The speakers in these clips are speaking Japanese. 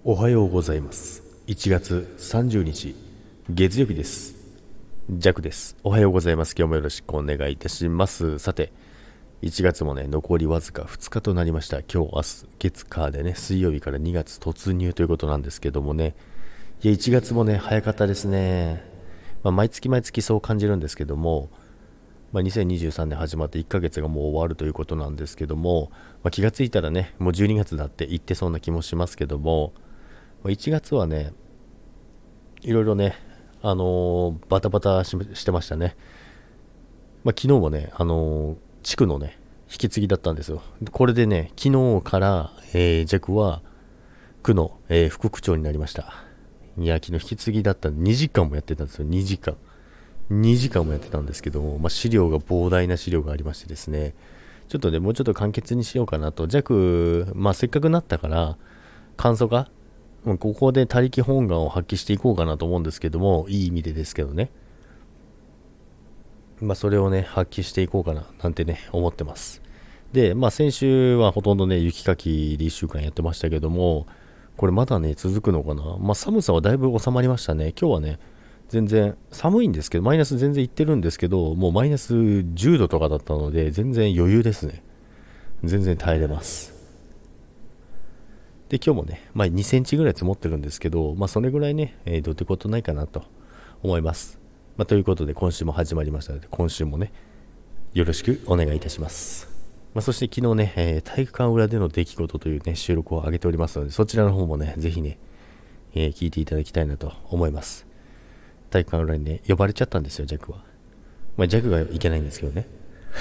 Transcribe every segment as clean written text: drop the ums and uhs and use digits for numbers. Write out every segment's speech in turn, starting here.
おはようございます。1月30日月曜日です。ジャクです。おはようございます。今日もよろしくお願いいたします。さて、1月もね残りわずか2日となりました。今日明日月火でね、水曜日から2月突入ということなんですけどもね、いや1月もね早かったですね。毎月毎月そう感じるんですけども、2023年始まって1ヶ月がもう終わるということなんですけども、気がついたらねもう12月だって言ってそうな気もしますけども、1月はねいろいろねバタバタしてましたね。昨日もね地区のね引き継ぎだったんですよ。これでね昨日から、ジャクは区の、副区長になりました。いや昨日引き継ぎだったんで2時間もやってたんですよ。2時間もやってたんですけども、資料が膨大な資料がありましてですね、ちょっとねもうちょっと簡潔にしようかなと。弱せっかくなったから簡素化、ここで他力本願を発揮していこうかなと思うんですけども、いい意味でですけどね、それをね発揮していこうかななんてね思ってます。で先週はほとんどね雪かきで1週間やってましたけども、これまだね続くのかな。寒さはだいぶ収まりましたね。今日はね全然寒いんですけど、マイナス全然いってるんですけど、もうマイナス10度とかだったので全然余裕ですね。全然耐えれます。で今日もね、2センチぐらい積もってるんですけど、それぐらいね、どうってことないかなと思います。ということで今週も始まりましたので、今週もねよろしくお願いいたします。そして昨日ね、体育館裏での出来事というね収録を上げておりますので、そちらの方もねぜひね、聞いていただきたいなと思います。体育館裏にね呼ばれちゃったんですよ、ジャックは。ジャックがいけないんですけどね。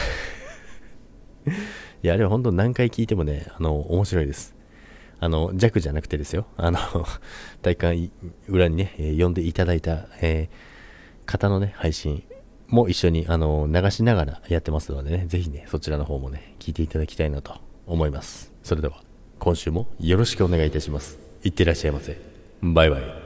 いやあれは本当何回聞いてもね面白いです。弱じゃなくてですよ、体感裏にね、呼んでいただいた、方のね配信も一緒に流しながらやってますのでね、ぜひねそちらの方もね聞いていただきたいなと思います。それでは今週もよろしくお願いいたします。いってらっしゃいませ。バイバイ。